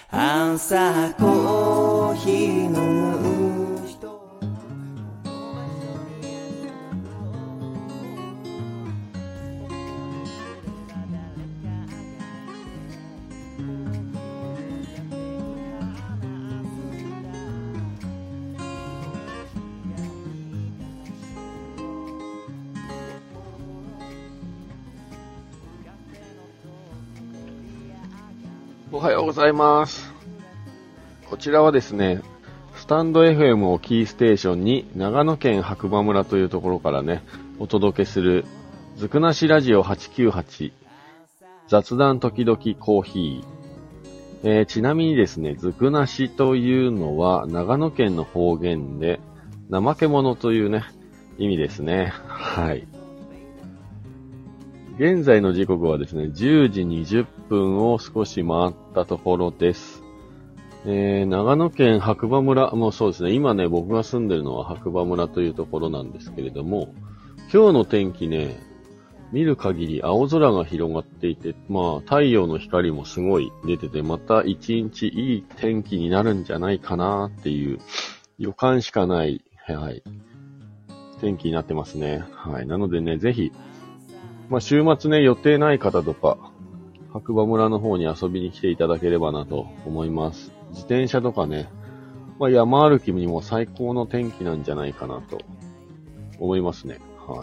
朝コーヒー飲む人。 おはようございます。こちらはですね、スタンド FM をキーステーションに長野県白馬村というところからね、お届けするずくなしラジオ898雑談時々コーヒー。ちなみにですね、ずくなしというのは長野県の方言で怠け者というね、意味ですね。はい。現在の時刻はですね、10時20分を少し回ったところです。長野県白馬村もそうですね、今ね、僕が住んでるのは白馬村というところなんですけれども、今日の天気ね、見る限り青空が広がっていて、太陽の光もすごい出てて、また一日いい天気になるんじゃないかなっていう予感しかない、はい、天気になってますね。はい。なのでね、ぜひ、週末ね、予定ない方とか、白馬村の方に遊びに来ていただければなと思います。自転車とかね、山歩きにも最高の天気なんじゃないかなと思いますね。はい。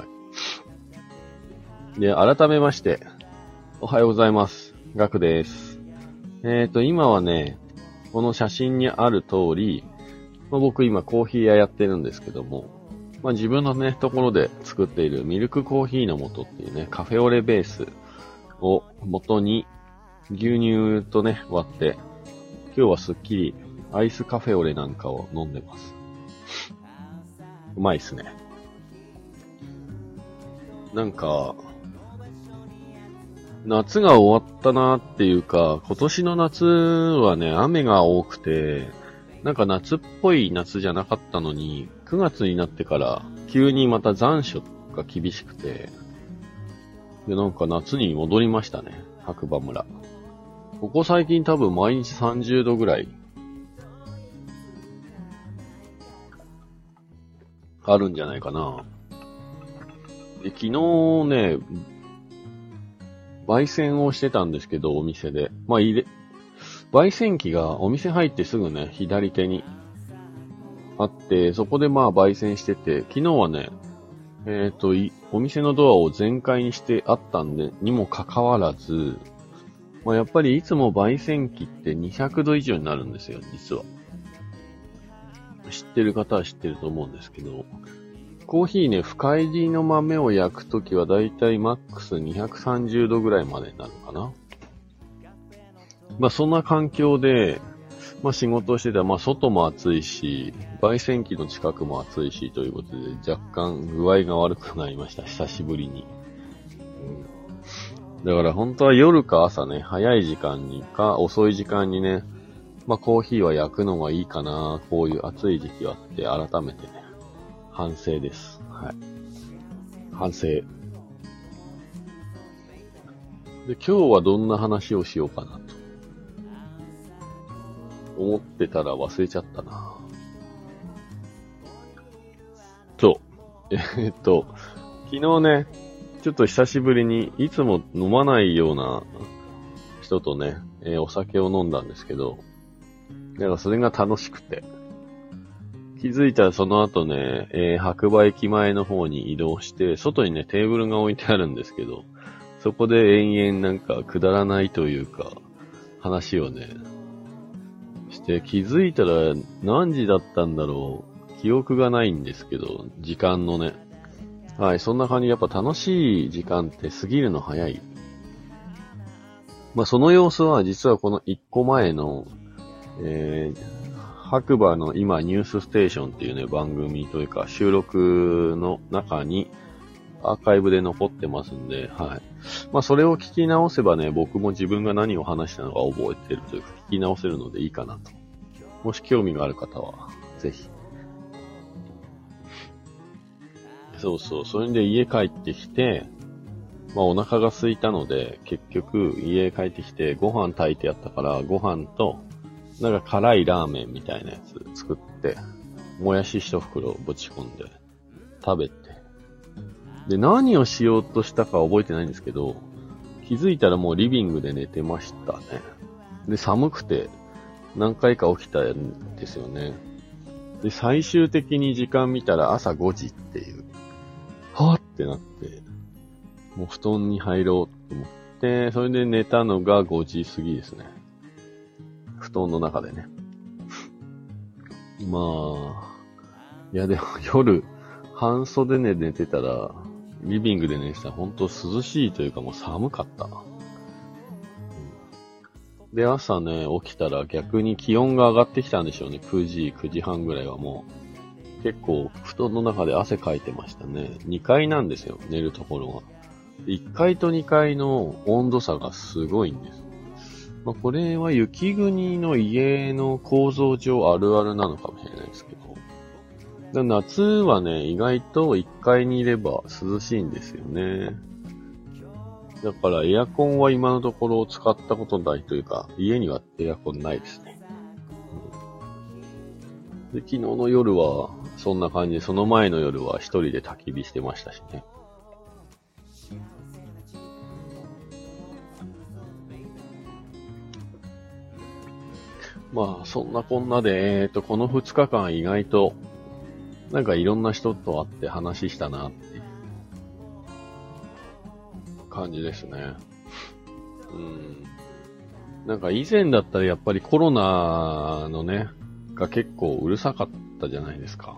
で、改めまして、おはようございます。ガクです。今はね、この写真にある通り、僕今コーヒー屋やってるんですけども、自分のね、ところで作っているミルクコーヒーの素っていうね、カフェオレベースを元に牛乳とね、割って、今日はすっきりアイスカフェオレなんかを飲んでます。うまいっすね。なんか、夏が終わったなっていうか、今年の夏はね、雨が多くて、なんか夏っぽい夏じゃなかったのに、9月になってから急にまた残暑が厳しくて、で、なんか夏に戻りましたね、白馬村。ここ最近多分毎日30度ぐらいあるんじゃないかな。で、昨日ね、焙煎をしてたんですけど、お店で。焙煎機がお店入ってすぐね、左手にあって、そこで焙煎してて、昨日はね、お店のドアを全開にしてあったんで、にもかかわらず、やっぱりいつも焙煎機って200度以上になるんですよ、実は。知ってる方は知ってると思うんですけど、コーヒーね、深入りの豆を焼くときはだいたいマックス230度ぐらいまでになるかな。そんな環境で、仕事をしてたら、外も暑いし、焙煎機の近くも暑いし、ということで、若干具合が悪くなりました、久しぶりに。だから本当は夜か朝ね、早い時間にか遅い時間にね、コーヒーは焼くのがいいかな、こういう暑い時期はって改めてね、反省です。はい。反省。で、今日はどんな話をしようかなと思ってたら忘れちゃったな。そう。昨日ね、ちょっと久しぶりにいつも飲まないような人とね、お酒を飲んだんですけど、なんかそれが楽しくて。気づいたらその後ね、白馬駅前の方に移動して、外にね、テーブルが置いてあるんですけど、そこで延々なんかくだらないというか、話をね、して気づいたら何時だったんだろう。記憶がないんですけど、時間のね。はい、そんな感じ。やっぱ楽しい時間って過ぎるの早い。その様子は実はこの一個前の、白馬の今ニュースステーションっていうね、番組というか収録の中にアーカイブで残ってますんで、はい。それを聞き直せばね、僕も自分が何を話したのか覚えてるというか、聞き直せるのでいいかなと。もし興味がある方は、ぜひ。そうそう。それで家帰ってきて、お腹が空いたので、結局家帰ってきてご飯炊いてやったから、ご飯となんか辛いラーメンみたいなやつ作って、もやし一袋ぶち込んで、食べて。で、何をしようとしたか覚えてないんですけど、気づいたらもうリビングで寝てましたね。で、寒くて何回か起きたんですよね。で、最終的に時間見たら朝5時っていう。はぁってなって、もう布団に入ろうと思って、それで寝たのが5時過ぎですね。布団の中でね。まあ、いやでも夜、半袖で寝てたら、リビングで寝てたら本当涼しいというかもう寒かった。で、朝ね、起きたら逆に気温が上がってきたんでしょうね。9時半ぐらいはもう。結構、布団の中で汗かいてましたね。2階なんですよ、寝るところが。1階と2階の温度差がすごいんです。まあ、これは雪国の家の構造上あるあるなのかもしれないですけど。夏はね、意外と1階にいれば涼しいんですよね。だからエアコンは今のところ使ったことないというか、家にはエアコンないですね。で、昨日の夜はそんな感じで、その前の夜は一人で焚き火してましたしね。まあ、そんなこんなで、この2日間意外と、なんかいろんな人と会って話したなっていう感じですね。なんか以前だったらやっぱりコロナのね、が結構うるさかったじゃないですか。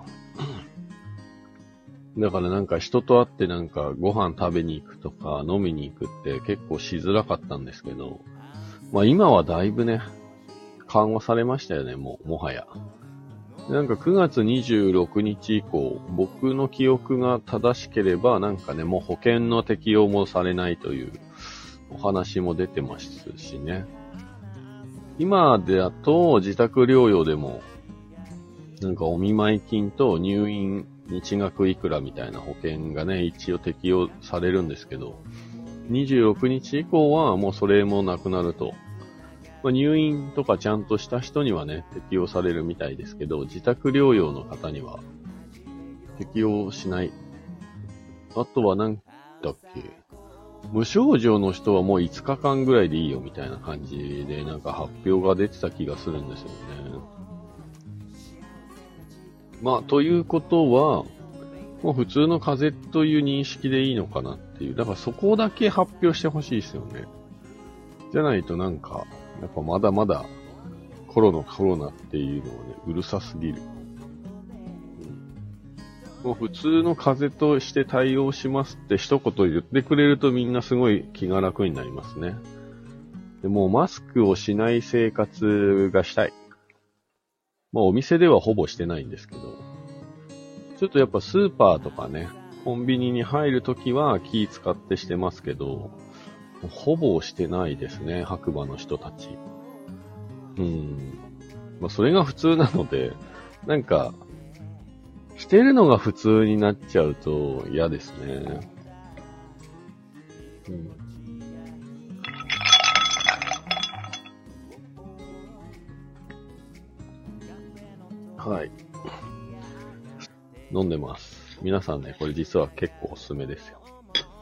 だからなんか人と会ってなんかご飯食べに行くとか飲みに行くって結構しづらかったんですけど、まあ今はだいぶね、緩和されましたよね、もはや。なんか9月26日以降、僕の記憶が正しければなんかね、もう保険の適用もされないというお話も出てますしね。今だと自宅療養でも、なんかお見舞い金と入院日額いくらみたいな保険がね、一応適用されるんですけど、26日以降はもうそれもなくなると。まあ、入院とかちゃんとした人にはね、適用されるみたいですけど、自宅療養の方には適用しない。あとはなんだっけ、無症状の人はもう5日間ぐらいでいいよみたいな感じでなんか発表が出てた気がするんですよね。まあ、ということは、もう普通の風邪という認識でいいのかなっていう。だからそこだけ発表してほしいですよね。じゃないとなんか、やっぱまだまだコロナっていうのはね、うるさすぎる。もう普通の風邪として対応しますって一言言ってくれるとみんなすごい気が楽になりますね。でもうマスクをしない生活がしたい。まあお店ではほぼしてないんですけど、ちょっとやっぱスーパーとかね、コンビニに入るときは気使ってしてますけど、ほぼしてないですね、白馬の人たち。まあそれが普通なので、なんか、してるのが普通になっちゃうと嫌ですね。はい。飲んでます。皆さんね、これ実は結構おすすめですよ。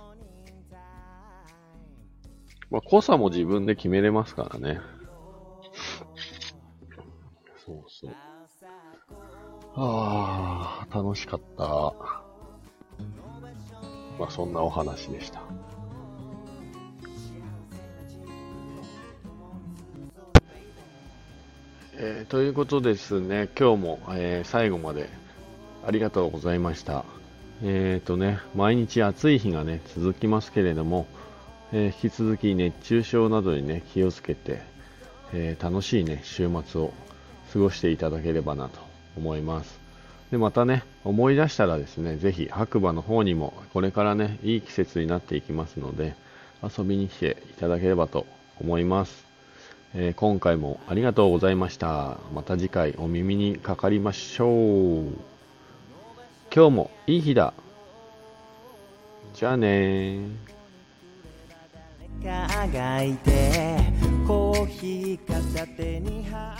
まあ、濃さも自分で決めれますからね。そうそう。楽しかった。まあ、そんなお話でした。ということですね、今日も、最後までありがとうございました。毎日暑い日がね、続きますけれども、引き続き熱中症などにね、気をつけて、楽しいね、週末を過ごしていただければなと思います。で、またね、思い出したらですね、ぜひ白馬の方にもこれからね、いい季節になっていきますので、遊びに来ていただければと思います。今回もありがとうございました。また次回お耳にかかりましょう。今日もいい日だ。じゃあねー。 輝いてコーヒー片手に